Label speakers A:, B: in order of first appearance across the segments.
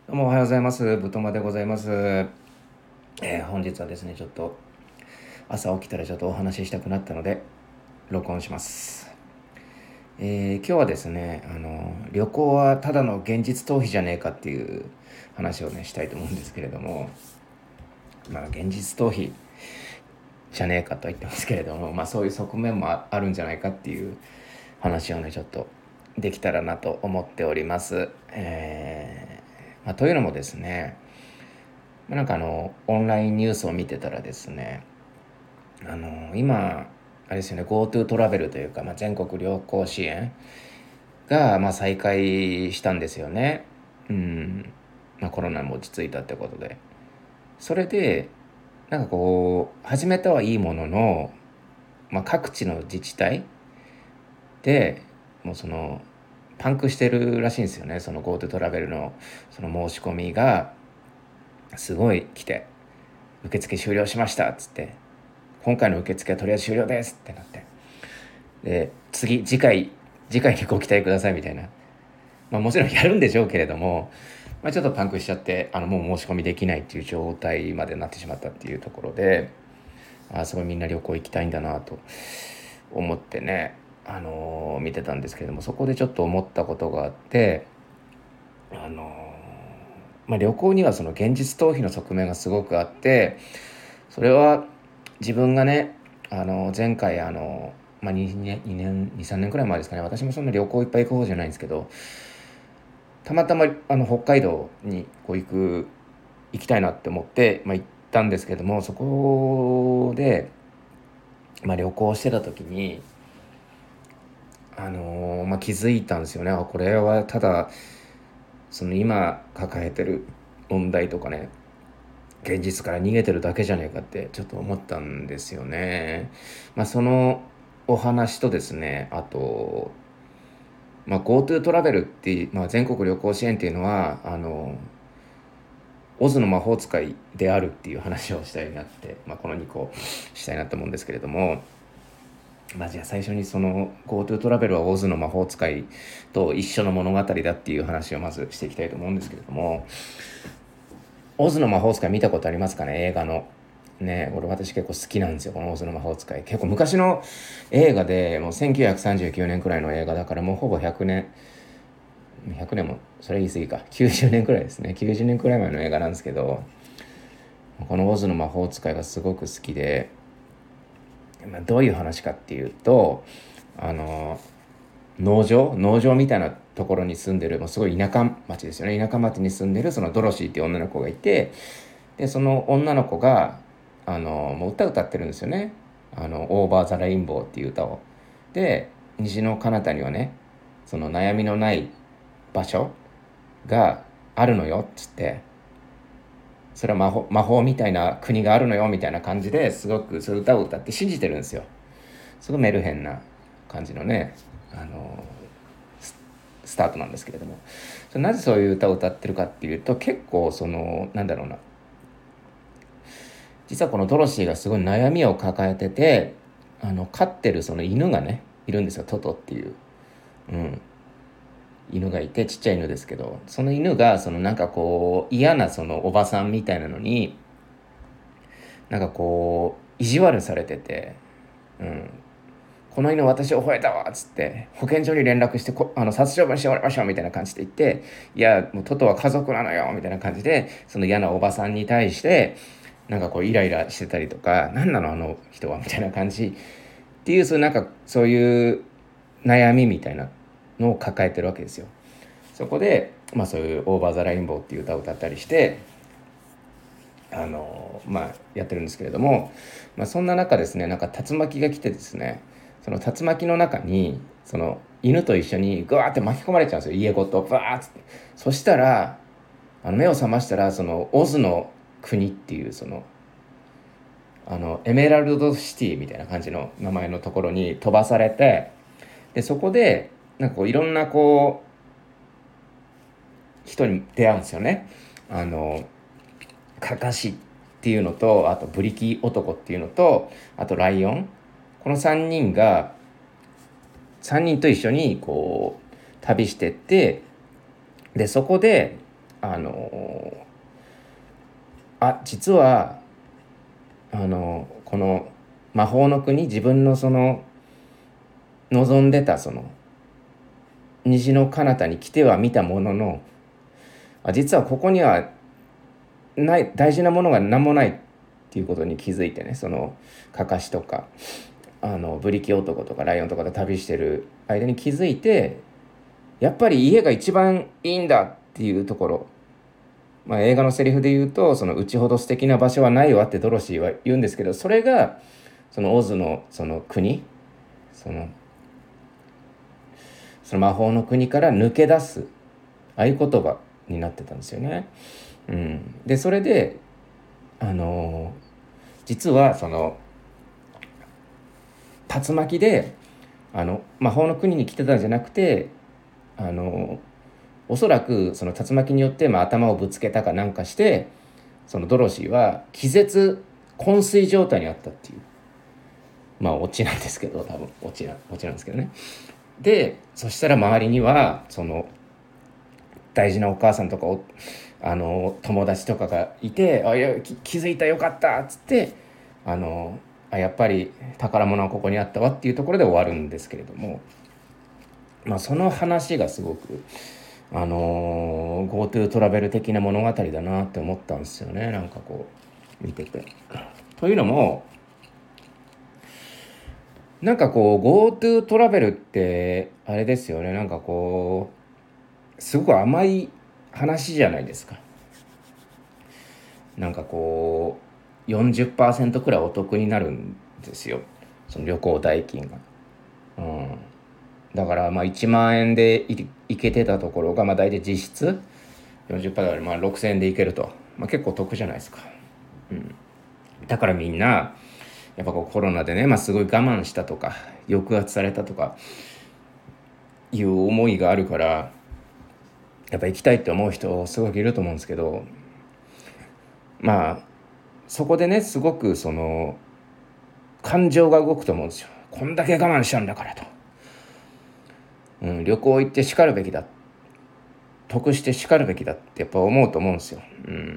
A: どうもおはようございます。ぶとまでございます。本日はですね、ちょっと朝起きたらちょっとお話ししたくなったので、録音します。今日はですね、旅行はただの現実逃避じゃねえかっていう話をね、したいと思うんですけれども、現実逃避じゃねえかとは言ってますけれども、そういう側面もあるんじゃないかっていう話をね、ちょっとできたらなと思っております。というのもですね、オンラインニュースを見てたらですね、今あれですよね、 GoTo トラベルというか、全国旅行支援が再開したんですよね。うん。コロナも落ち着いたってことで、それで始めたはいいものの、各地の自治体でもうパンクしてるらしいんですよね。その GoTo トラベルのその申し込みがすごい来て、受付終了しましたっつって、今回の受付はとりあえず終了ですってなって、で次回にご期待くださいみたいな、もちろんやるんでしょうけれども、ちょっとパンクしちゃって、もう申し込みできないっていう状態までなってしまったっていうところで、すごいみんな旅行行きたいんだなと思ってね、見てたんですけれども、そこでちょっと思ったことがあって、あの旅行にはその現実逃避の側面がすごくあって、それは自分がね、前回2年23年くらい前ですかね、私もそんな旅行いっぱい行く方じゃないんですけど、たまたま北海道に行きたいなって思って、行ったんですけども、そこで、旅行してた時に気づいたんですよね。これはただその今抱えてる問題とかね、現実から逃げてるだけじゃねえかってちょっと思ったんですよね。そのお話とですね、あと、GoTo トラベルって、全国旅行支援っていうのはオズの魔法使いであるっていう話をしたいなって、この2個したいなと思うんですけれども、じゃあ最初にその GoTo トラベルはオズの魔法使いと一緒の物語だっていう話をまずしていきたいと思うんですけれども、オズの魔法使い見たことありますかね、映画の。ね、俺私結構好きなんですよ、このオズの魔法使い。結構昔の映画で、もう1939年くらいの映画だから、もうほぼ100年もそれ言い過ぎか、90年くらいですね、90年くらい前の映画なんですけど、このオズの魔法使いがすごく好きで、どういう話かっていうと、あの農場みたいなところに住んでる、もうすごい田舎町ですよね。田舎町に住んでるそのドロシーっていう女の子がいて、でその女の子がもう歌ってるんですよね。オーバーザレインボーっていう歌を。で、虹の彼方にはね、その悩みのない場所があるのよっつって、それは魔法みたいな国があるのよみたいな感じで、すごくそういう歌を歌って信じてるんですよ。すごいメルヘンな感じのね、あのスタートなんですけれども、なぜそういう歌を歌ってるかっていうと、結構なんだろうな、実はこのドロシーがすごい悩みを抱えてて、飼ってるその犬がねいるんですよ、トトっていう、うん、犬がいて、ちっちゃい犬ですけど、その犬が嫌なそのおばさんみたいなのに意地悪されてて、うん、この犬私を吠えたわっつって保健所に連絡して殺処分してもらいましょうみたいな感じで言って、いやもうトトは家族なのよみたいな感じで、その嫌なおばさんに対してイライラしてたりとか、何なのあの人はみたいな感じっていう、そういう悩みみたいなのを抱えてるわけですよ。そこで、そういう「オーバー・ザ・レインボー」っていう歌を歌ったりして、やってるんですけれども、そんな中ですね、竜巻が来てですね、その竜巻の中にその犬と一緒にグワーって巻き込まれちゃうんですよ、家ごとバーッつって。そしたら目を覚ましたら、そのオズの国っていう、エメラルドシティみたいな感じの名前のところに飛ばされて、でそこでいろんな人に出会うんですよね。カカシっていうのと、あとブリキ男っていうのと、あとライオン、この3人と一緒に旅してって、でそこで実はこの魔法の国、自分のその望んでたその虹の彼方に来てはみたものの、実はここにはない大事なものが何もないっていうことに気づいてね、そのカカシとかブリキ男とかライオンとかで旅してる間に気づいて、やっぱり家が一番いいんだっていうところ、映画のセリフで言うと、そのうちほど素敵な場所はないわってドロシーは言うんですけど、それがそのオズのその国、その魔法の国から抜け出す合言葉になってたんですよね。でそれで実はその竜巻で魔法の国に来てたんじゃなくて、おそらくその竜巻によって、頭をぶつけたかなんかして、そのドロシーは気絶昏睡状態にあったっていう、オチなんですけど、多分オチなんですけどね。でそしたら周りにはその大事なお母さんとか友達とかがいて、いや気づいた、よかったっつって、やっぱり宝物はここにあったわっていうところで終わるんですけれども、その話がすごくGoTo トラベル的な物語だなって思ったんですよね、なんかこう見てて。というのも、なんかこう GoTo トラベルってあれですよね、なんかこうすごく甘い話じゃないですか。なんかこう 40% くらいお得になるんですよ、その旅行代金が。だから1万円で行けてたところが大体実質 40% で6000円で行けると、結構得じゃないですか。だからみんなやっぱこうコロナでね、すごい我慢したとか抑圧されたとかいう思いがあるから、やっぱ行きたいって思う人すごくいると思うんですけど、そこでね、すごくその感情が動くと思うんですよ。こんだけ我慢したんだからと、旅行行ってしかるべきだ、得してしかるべきだってやっぱ思うと思うんですよ。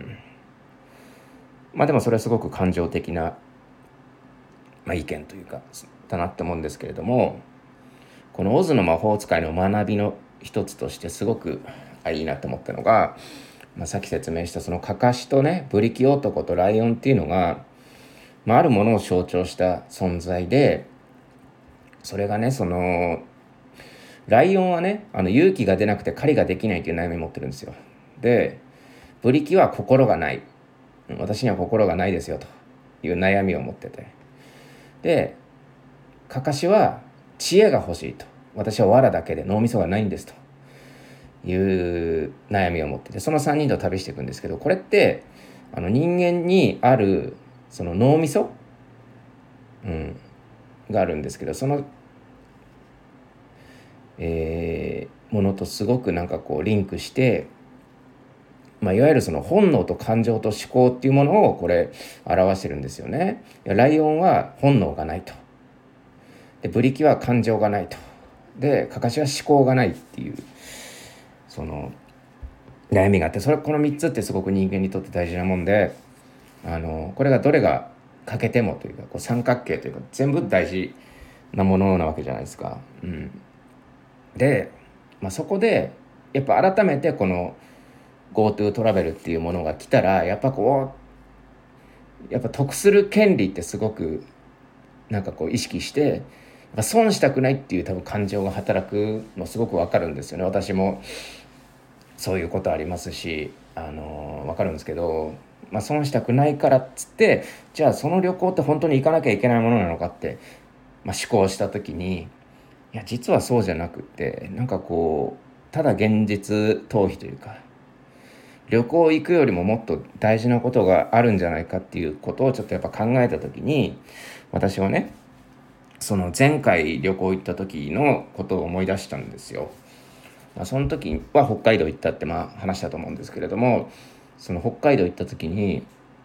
A: でもそれはすごく感情的な、意見というかだなって思うんですけれども、このオズの魔法使いの学びの一つとしてすごくいいなと思ったのが、さっき説明したそのカカシとね、ブリキ男とライオンっていうのが、あるものを象徴した存在で、それがね、そのライオンはね、勇気が出なくて狩りができないという悩みを持ってるんですよ。でブリキは心がない、私には心がないですよという悩みを持ってて、でカカシは知恵が欲しいと、私は藁だけで脳みそがないんですという悩みを持ってて、その3人と旅していくんですけど、これって人間にあるその脳みそ、があるんですけど、その、ものとすごくなんかこうリンクして、いわゆるその本能と感情と思考っていうものをこれ表してるんですよね。ライオンは本能がないと、でブリキは感情がないと、でカカシは思考がないっていうその悩みがあって、この3つってすごく人間にとって大事なもんで、これがどれが欠けてもというか、こう三角形というか全部大事なものなわけじゃないですか。で、そこでやっぱ改めてこの GoTo トラベルっていうものが来たら、やっぱ得する権利ってすごくなんかこう意識して、損したくないっていう多分感情が働くのすごくわかるんですよね。私もそういうことありますし、わかるんですけど、損したくないからっつって、じゃあその旅行って本当に行かなきゃいけないものなのかって、思考した時に、いや実はそうじゃなくて、なんかこうただ現実逃避というか、旅行行くよりももっと大事なことがあるんじゃないかっていうことをちょっとやっぱ考えた時に、私はね、その前回旅行行った時のことを思い出したんですよ。その時は北海道行ったって話したと思うんですけれども、その北海道行った時に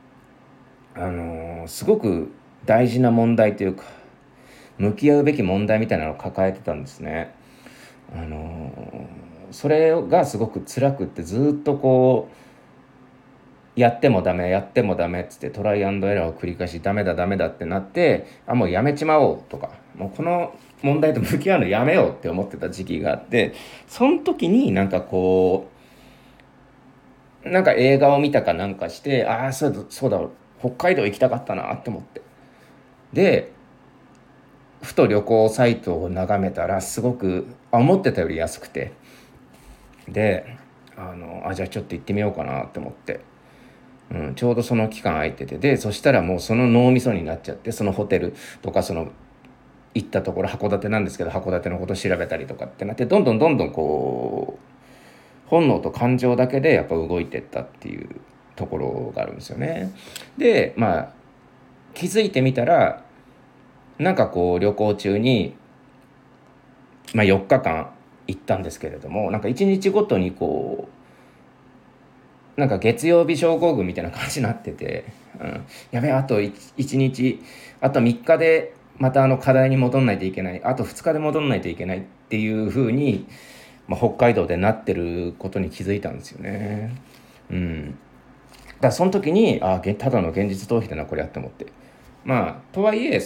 A: すごく大事な問題というか、向き合うべき問題みたいなのを抱えてたんですね。 それがすごく辛くってずっとこうやってもダメやってもダメっつってトライアンドエラーを繰り返しダメだダメだってなって、もうやめちまおうとか、もうこの問題と向き合うのやめようって思ってた時期があって、その時になんかこうなんか映画を見たかなんかして、そうだ北海道行きたかったなって思って、でふと旅行サイトを眺めたらすごく思ってたより安くて、でじゃあちょっと行ってみようかなって思って、ちょうどその期間空いてて、でそしたらもうその脳みそになっちゃって、そのホテルとかその行ったところ函館なんですけど、函館のこと調べたりとかってなって、どんどんどんどんこう本能と感情だけでやっぱ動いてったっていうところがあるんですよね。で気づいてみたら、なんかこう旅行中に、4日間行ったんですけれども、なんか1日ごとにこうなんか月曜日症候群みたいな感じになってて、やべえ、あと 1日あと3日でまた課題に戻んないといけない、あと2日で戻んないといけないっていう風に、北海道でなってることに気づいたんですよね。だからその時にただの現実逃避だなこれやって思って、とはいえ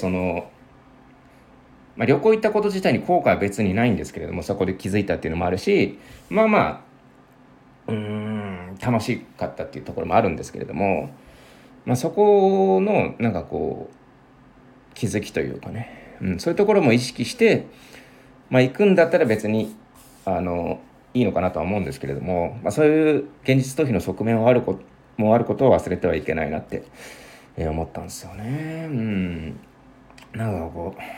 A: 旅行行ったこと自体に後悔は別にないんですけれども、そこで気づいたっていうのもあるし、楽しかったっていうところもあるんですけれども、そこのなんかこう気づきというかね、そういうところも意識して、行くんだったら別にいいのかなとは思うんですけれども、そういう現実逃避の側面もあることを忘れてはいけないなって、思ったんですよね。なんかこう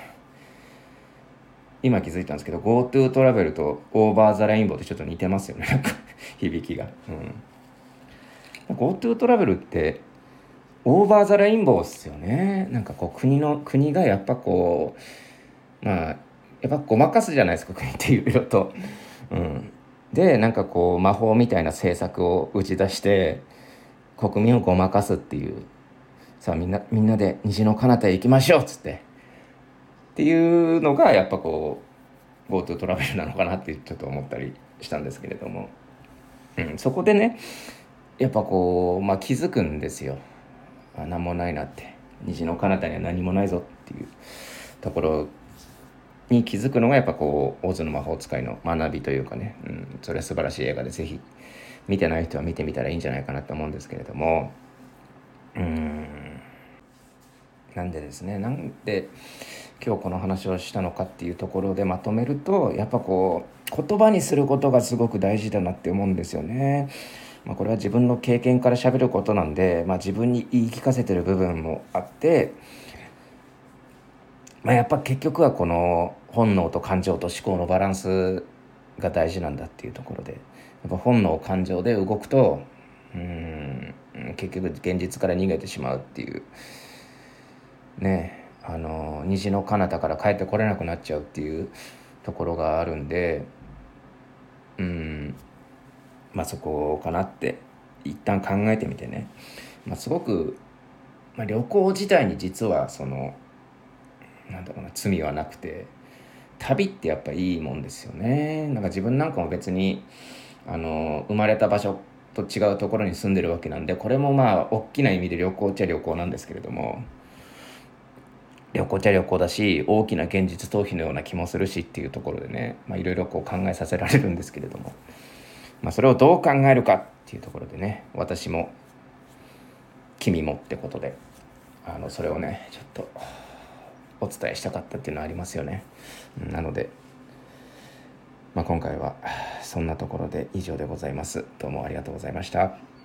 A: 今気づいたんですけど、 GoTo トラベルとオーバーザレインボーってちょっと似てますよね、なんか響きが。GoTo トラベルってオーバーザレインボーっすよね。なんかこう国がやっぱこうやっぱごまかすじゃないですか、国っていろいろと。でなんかこう魔法みたいな政策を打ち出して国民をごまかすっていう、さあみんなで虹の彼方へ行きましょうっつっていうのがやっぱこう GoTo トラベルなのかなってちょっと思ったりしたんですけれども、そこでねやっぱこう、気づくんですよ。何もないなって、虹の彼方には何もないぞっていうところに気づくのがやっぱこうオズの魔法使いの学びというかね、それは素晴らしい映画で、ぜひ見てない人は見てみたらいいんじゃないかなと思うんですけれども、なんでですね、なんで今日この話をしたのかっていうところでまとめると、やっぱこう言葉にすることがすごく大事だなって思うんですよね。これは自分の経験から喋ることなんで、自分に言い聞かせてる部分もあって、やっぱ結局はこの本能と感情と思考のバランスが大事なんだっていうところで、やっぱ本能感情で動くと結局現実から逃げてしまうっていうね、虹の彼方から帰ってこれなくなっちゃうっていうところがあるんで、そこかなって一旦考えてみてね、すごく、旅行自体に実はそのなんだろうな、罪はなくて、旅ってやっぱいいもんですよね。なんか自分なんかも別に生まれた場所と違うところに住んでるわけなんで、これも大きな意味で旅行っちゃ旅行なんですけれども、旅行っちゃ旅行だし、大きな現実逃避のような気もするしっていうところでね、いろいろこう考えさせられるんですけれども、それをどう考えるかっていうところでね、私も君もってことでそれをねちょっとお伝えしたかったっていうのはありますよね。なので、今回はそんなところで以上でございます。どうもありがとうございました。